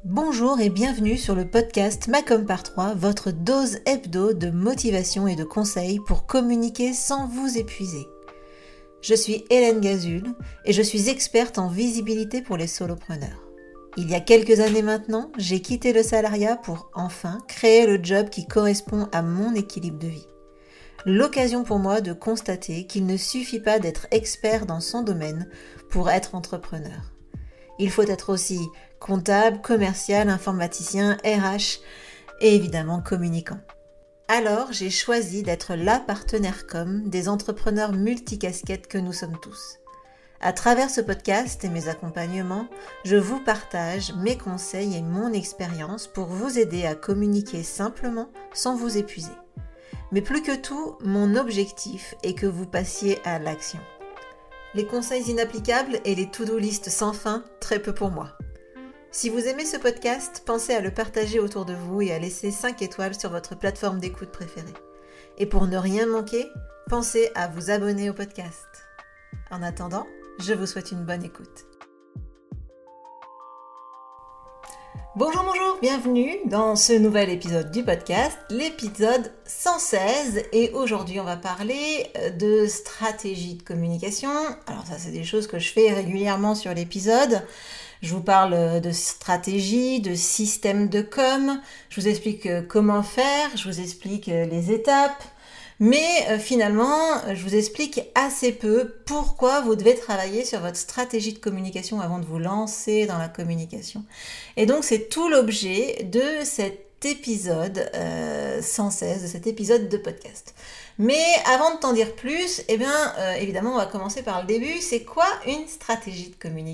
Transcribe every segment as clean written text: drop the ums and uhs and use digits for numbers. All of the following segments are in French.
Bonjour et bienvenue sur le podcast Macom par 3, votre dose hebdo de motivation et de conseils pour communiquer sans vous épuiser. Je suis Hélène Gazul et je suis experte en visibilité pour les solopreneurs. Il y a quelques années maintenant, j'ai quitté le salariat pour enfin créer le job qui correspond à mon équilibre de vie. L'occasion pour moi de constater qu'il ne suffit pas d'être expert dans son domaine pour être entrepreneur. Il faut être aussi comptable, commercial, informaticien, RH et évidemment communicant. Alors, j'ai choisi d'être la partenaire com des entrepreneurs multicasquettes que nous sommes tous. À travers ce podcast et mes accompagnements, je vous partage mes conseils et mon expérience pour vous aider à communiquer simplement sans vous épuiser. Mais plus que tout, mon objectif est que vous passiez à l'action. Les conseils inapplicables et les to-do list sans fin, très peu pour moi. Si vous aimez ce podcast, pensez à le partager autour de vous et à laisser 5 étoiles sur votre plateforme d'écoute préférée. Et pour ne rien manquer, pensez à vous abonner au podcast. En attendant, je vous souhaite une bonne écoute. Bonjour, bienvenue dans ce nouvel épisode du podcast, l'épisode 116. Et aujourd'hui, on va parler de stratégie de communication. Alors ça, c'est des choses que je fais régulièrement sur l'épisode. Je vous parle de stratégie, de système de com. Je vous explique comment faire, je vous explique les étapes. Mais finalement, je vous explique assez peu pourquoi vous devez travailler sur votre stratégie de communication avant de vous lancer dans la communication. Et donc, c'est tout l'objet de cet épisode 116, de cet épisode de podcast. Mais avant de t'en dire plus, évidemment, on va commencer par le début. C'est quoi une stratégie de communication ?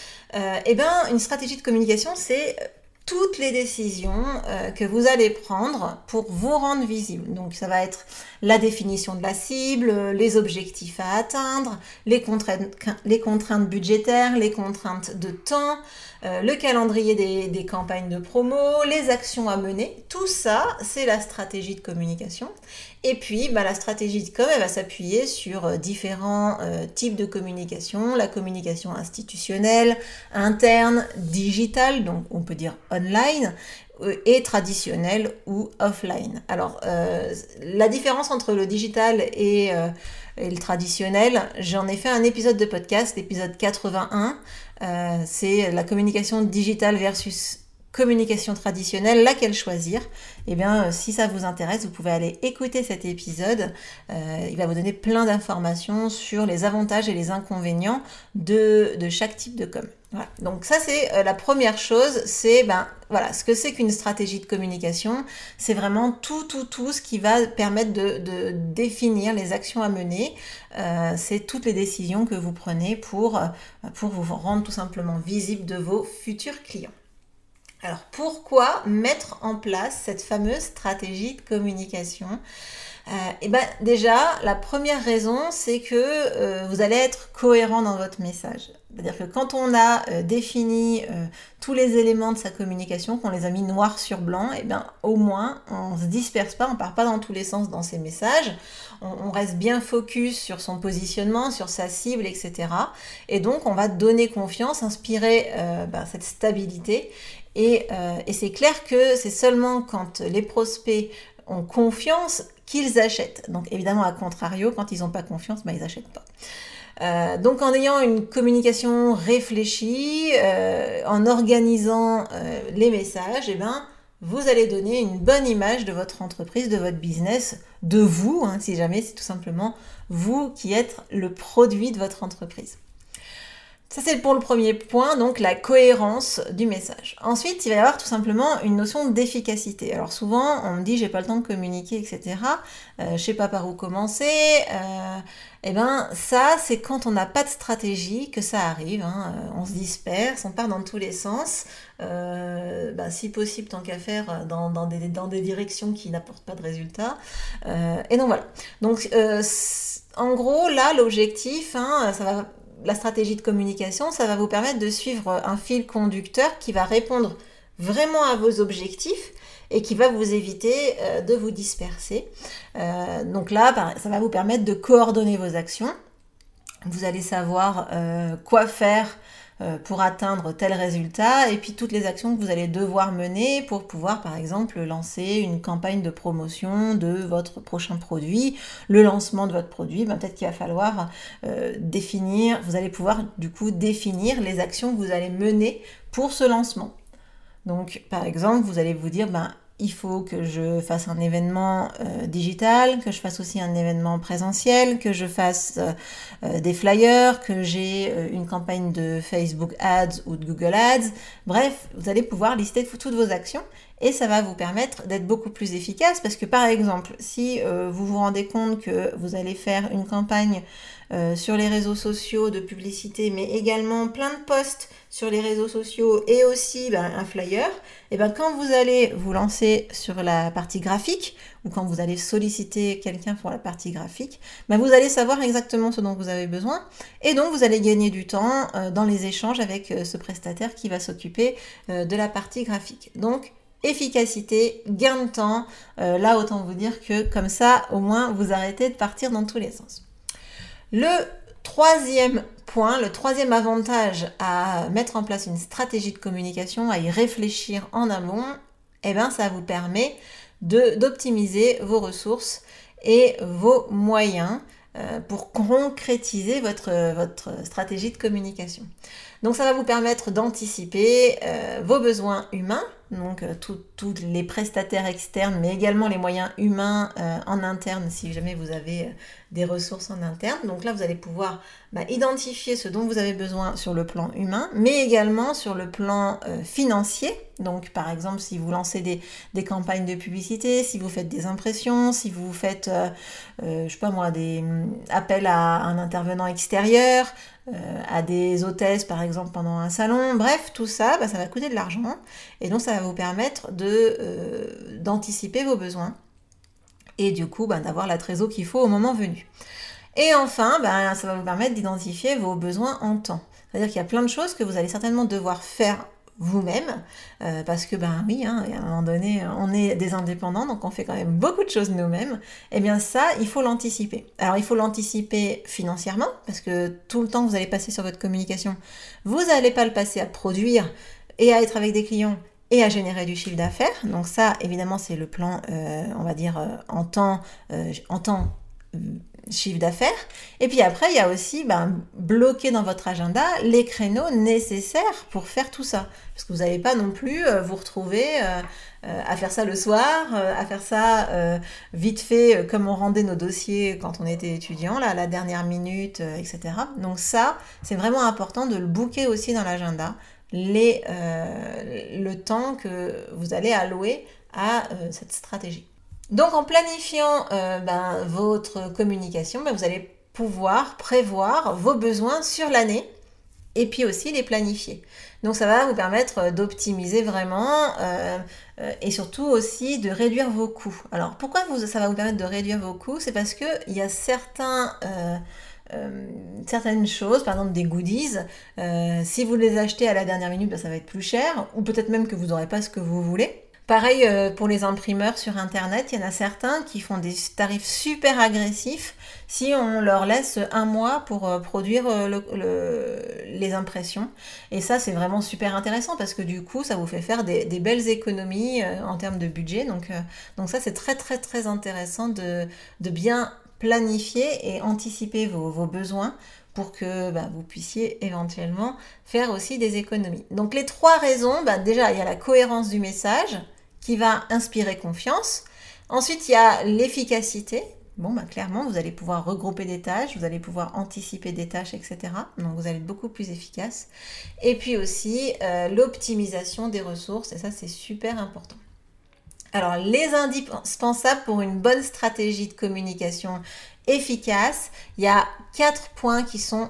Une stratégie de communication, c'est toutes les décisions que vous allez prendre pour vous rendre visible. Donc ça va être la définition de la cible, les objectifs à atteindre, les contraintes budgétaires, les contraintes de temps, le calendrier des campagnes de promo, les actions à mener. Tout ça, c'est la stratégie de communication. Et puis, la stratégie de com, elle va s'appuyer sur différents types de communication, la communication institutionnelle, interne, digitale, donc on peut dire online, et traditionnelle ou offline. Alors, la différence entre le digital et le traditionnel, j'en ai fait un épisode de podcast, l'épisode 81, c'est la communication digitale versus communication traditionnelle, laquelle choisir. Si ça vous intéresse, vous pouvez aller écouter cet épisode. Il va vous donner plein d'informations sur les avantages et les inconvénients de chaque type de com. Voilà. Donc ça, c'est la première chose, c'est ce que c'est qu'une stratégie de communication. C'est vraiment tout ce qui va permettre de définir les actions à mener. C'est toutes les décisions que vous prenez pour vous rendre tout simplement visible de vos futurs clients. Alors, pourquoi mettre en place cette fameuse stratégie de communication ? Déjà, la première raison, c'est que vous allez être cohérent dans votre message. C'est-à-dire que quand on a défini tous les éléments de sa communication, qu'on les a mis noir sur blanc, au moins, on ne se disperse pas, on ne part pas dans tous les sens dans ses messages, on reste bien focus sur son positionnement, sur sa cible, etc. Et donc, on va donner confiance, inspirer cette stabilité. Et c'est clair que c'est seulement quand les prospects ont confiance qu'ils achètent. Donc évidemment, à contrario, quand ils n'ont pas confiance, ils n'achètent pas. Donc en ayant une communication réfléchie, en organisant les messages, vous allez donner une bonne image de votre entreprise, de votre business, de vous, si jamais c'est tout simplement vous qui êtes le produit de votre entreprise. Ça, c'est pour le premier point, donc la cohérence du message. Ensuite, il va y avoir tout simplement une notion d'efficacité. Alors souvent, on me dit « j'ai pas le temps de communiquer, etc. Je sais pas par où commencer. » Ça, c'est quand on n'a pas de stratégie que ça arrive. On se disperse, on part dans tous les sens. Si possible, tant qu'à faire, dans des directions qui n'apportent pas de résultats. Et donc voilà. Donc, en gros, là, l'objectif, la stratégie de communication, ça va vous permettre de suivre un fil conducteur qui va répondre vraiment à vos objectifs et qui va vous éviter de vous disperser. Donc là, ça va vous permettre de coordonner vos actions. Vous allez savoir quoi faire pour atteindre tel résultat, et puis toutes les actions que vous allez devoir mener pour pouvoir, par exemple, lancer une campagne de promotion de votre prochain produit, le lancement de votre produit. Peut-être qu'il va falloir définir, vous allez pouvoir du coup définir les actions que vous allez mener pour ce lancement. Donc, par exemple, vous allez vous dire, il faut que je fasse un événement digital, que je fasse aussi un événement présentiel, que je fasse des flyers, que j'ai une campagne de Facebook Ads ou de Google Ads. Bref, vous allez pouvoir lister toutes vos actions et ça va vous permettre d'être beaucoup plus efficace parce que par exemple, si vous vous rendez compte que vous allez faire une campagne sur les réseaux sociaux de publicité, mais également plein de posts sur les réseaux sociaux et aussi un flyer, et quand vous allez vous lancer sur la partie graphique ou quand vous allez solliciter quelqu'un pour la partie graphique, vous allez savoir exactement ce dont vous avez besoin et donc vous allez gagner du temps dans les échanges avec ce prestataire qui va s'occuper de la partie graphique. Donc efficacité, gain de temps, là autant vous dire que comme ça au moins vous arrêtez de partir dans tous les sens. Le troisième point, le troisième avantage à mettre en place une stratégie de communication, à y réfléchir en amont, ça vous permet d'optimiser vos ressources et vos moyens pour concrétiser votre stratégie de communication. Donc ça va vous permettre d'anticiper vos besoins humains, donc tous les prestataires externes, mais également les moyens humains en interne si jamais vous avez des ressources en interne. Donc là, vous allez pouvoir identifier ce dont vous avez besoin sur le plan humain, mais également sur le plan financier. Donc par exemple, si vous lancez des campagnes de publicité, si vous faites des impressions, si vous faites, des appels à un intervenant extérieur, à des hôtesses par exemple pendant un salon, bref, tout ça, ça va coûter de l'argent et donc ça va vous permettre d'anticiper vos besoins et du coup d'avoir la trésor qu'il faut au moment venu. Et enfin, ça va vous permettre d'identifier vos besoins en temps. C'est-à-dire qu'il y a plein de choses que vous allez certainement devoir faire vous-même, parce que oui, à un moment donné, on est des indépendants, donc on fait quand même beaucoup de choses nous-mêmes. Et bien ça, il faut l'anticiper. Alors il faut l'anticiper financièrement, parce que tout le temps que vous allez passer sur votre communication, vous n'allez pas le passer à produire et à être avec des clients et à générer du chiffre d'affaires. Donc ça, évidemment, c'est le plan, en temps chiffre d'affaires. Et puis après, il y a aussi bloquer dans votre agenda les créneaux nécessaires pour faire tout ça. Parce que vous n'allez pas non plus vous retrouver à faire ça le soir, à faire ça vite fait comme on rendait nos dossiers quand on était étudiant, là, à la dernière minute, etc. Donc ça, c'est vraiment important de le booker aussi dans l'agenda, le temps que vous allez allouer à cette stratégie. Donc en planifiant votre communication, vous allez pouvoir prévoir vos besoins sur l'année et puis aussi les planifier. Donc ça va vous permettre d'optimiser vraiment et surtout aussi de réduire vos coûts. Alors pourquoi ça va vous permettre de réduire vos coûts? C'est parce qu'il y a certaines choses, par exemple des goodies, si vous les achetez à la dernière minute, ça va être plus cher ou peut-être même que vous n'aurez pas ce que vous voulez. Pareil pour les imprimeurs sur internet, il y en a certains qui font des tarifs super agressifs si on leur laisse un mois pour produire les impressions. Et ça, c'est vraiment super intéressant parce que du coup, ça vous fait faire des belles économies en termes de budget. Donc ça, c'est très très très intéressant de bien planifier et anticiper vos besoins pour que vous puissiez éventuellement faire aussi des économies. Donc les trois raisons, déjà il y a la cohérence du message qui va inspirer confiance. Ensuite il y a l'efficacité. Clairement vous allez pouvoir regrouper des tâches, vous allez pouvoir anticiper des tâches, etc. Donc vous allez être beaucoup plus efficace. Et puis aussi l'optimisation des ressources, et ça c'est super important. Alors, les indispensables pour une bonne stratégie de communication efficace, il y a 4 points qui sont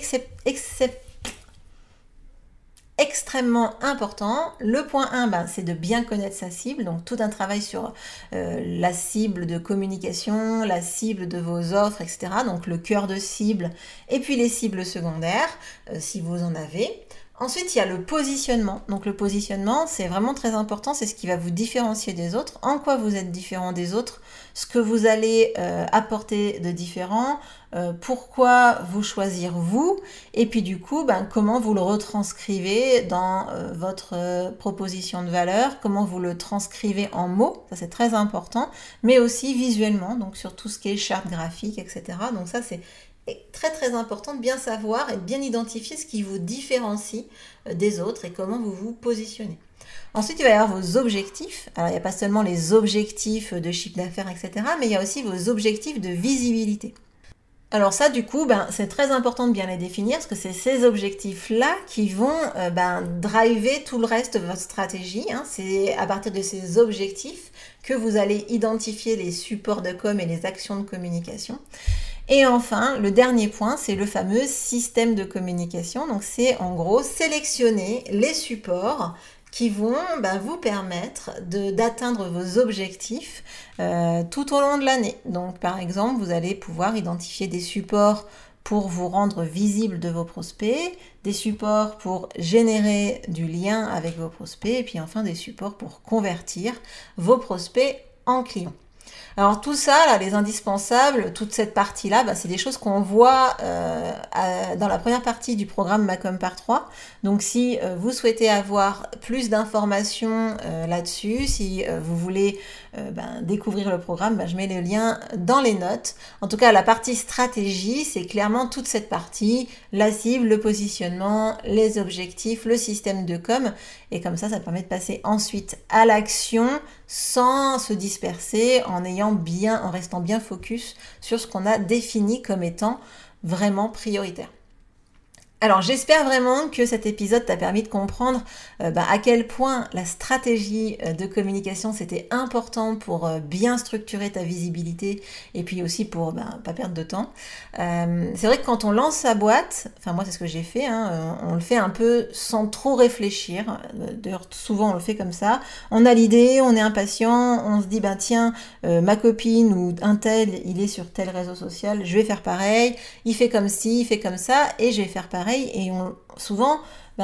extrêmement importants. Le point 1, c'est de bien connaître sa cible, donc tout un travail sur la cible de communication, la cible de vos offres, etc. Donc le cœur de cible et puis les cibles secondaires, si vous en avez. Ensuite, il y a le positionnement. Donc le positionnement, c'est vraiment très important, c'est ce qui va vous différencier des autres, en quoi vous êtes différent des autres, ce que vous allez apporter de différent, pourquoi vous choisir vous, et puis du coup, comment vous le retranscrivez dans votre proposition de valeur, comment vous le transcrivez en mots, ça c'est très important, mais aussi visuellement, donc sur tout ce qui est charte graphique, etc. Donc ça c'est très très important de bien savoir et de bien identifier ce qui vous différencie des autres et comment vous vous positionnez. Ensuite, il va y avoir vos objectifs. Alors, il n'y a pas seulement les objectifs de chiffre d'affaires, etc., mais il y a aussi vos objectifs de visibilité. Alors ça, du coup, c'est très important de bien les définir parce que c'est ces objectifs-là qui vont driver tout le reste de votre stratégie. C'est à partir de ces objectifs que vous allez identifier les supports de com et les actions de communication. Et enfin, le dernier point, c'est le fameux système de communication. Donc, c'est en gros sélectionner les supports qui vont vous permettre d'atteindre vos objectifs tout au long de l'année. Donc, par exemple, vous allez pouvoir identifier des supports pour vous rendre visible de vos prospects, des supports pour générer du lien avec vos prospects, et puis enfin des supports pour convertir vos prospects en clients. Alors tout ça, là, les indispensables, toute cette partie-là, c'est des choses qu'on voit dans la première partie du programme Macom par 3. Donc si vous souhaitez avoir plus d'informations là-dessus, si vous voulez découvrir le programme, je mets le lien dans les notes. En tout cas, la partie stratégie, c'est clairement toute cette partie, la cible, le positionnement, les objectifs, le système de com. Et comme ça permet de passer ensuite à l'action sans se disperser, en restant bien focus sur ce qu'on a défini comme étant vraiment prioritaire. Alors j'espère vraiment que cet épisode t'a permis de comprendre à quel point la stratégie de communication c'était important pour bien structurer ta visibilité et puis aussi pour pas perdre de temps. C'est vrai que quand on lance sa boîte, enfin moi c'est ce que j'ai fait, on le fait un peu sans trop réfléchir. D'ailleurs souvent on le fait comme ça. On a l'idée, on est impatient, on se dit tiens ma copine ou un tel il est sur tel réseau social, je vais faire pareil, il fait comme ci, il fait comme ça et je vais faire pareil. Et souvent,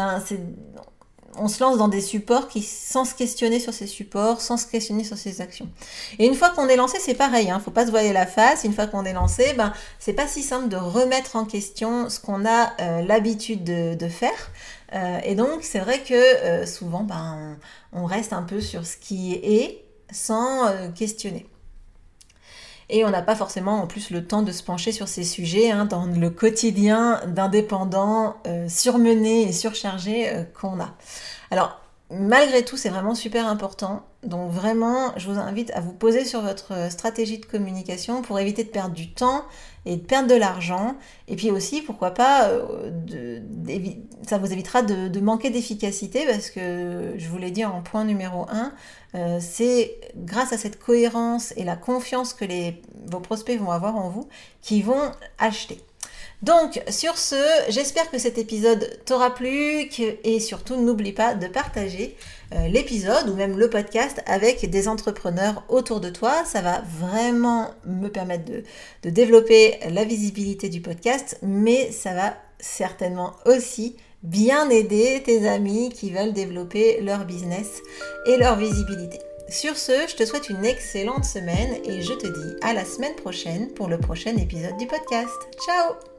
on se lance dans des supports sans se questionner sur ces supports, sans se questionner sur ces actions. Et une fois qu'on est lancé, c'est pareil, faut pas se voiler la face. Une fois qu'on est lancé, c'est pas si simple de remettre en question ce qu'on a l'habitude de faire. Et donc, c'est vrai que souvent, on reste un peu sur ce qui est sans questionner. Et on n'a pas forcément en plus le temps de se pencher sur ces sujets dans le quotidien d'indépendants surmenés et surchargés qu'on a. Alors, malgré tout, c'est vraiment super important. Donc vraiment, je vous invite à vous poser sur votre stratégie de communication pour éviter de perdre du temps et de perdre de l'argent. Et puis aussi, pourquoi pas, ça vous évitera de manquer d'efficacité parce que, je vous l'ai dit en point numéro 1, c'est grâce à cette cohérence et la confiance que vos prospects vont avoir en vous qu'ils vont acheter. Donc, sur ce, j'espère que cet épisode t'aura plu et surtout, n'oublie pas de partager l'épisode ou même le podcast avec des entrepreneurs autour de toi. Ça va vraiment me permettre de développer la visibilité du podcast, mais ça va certainement aussi bien aider tes amis qui veulent développer leur business et leur visibilité. Sur ce, je te souhaite une excellente semaine et je te dis à la semaine prochaine pour le prochain épisode du podcast. Ciao!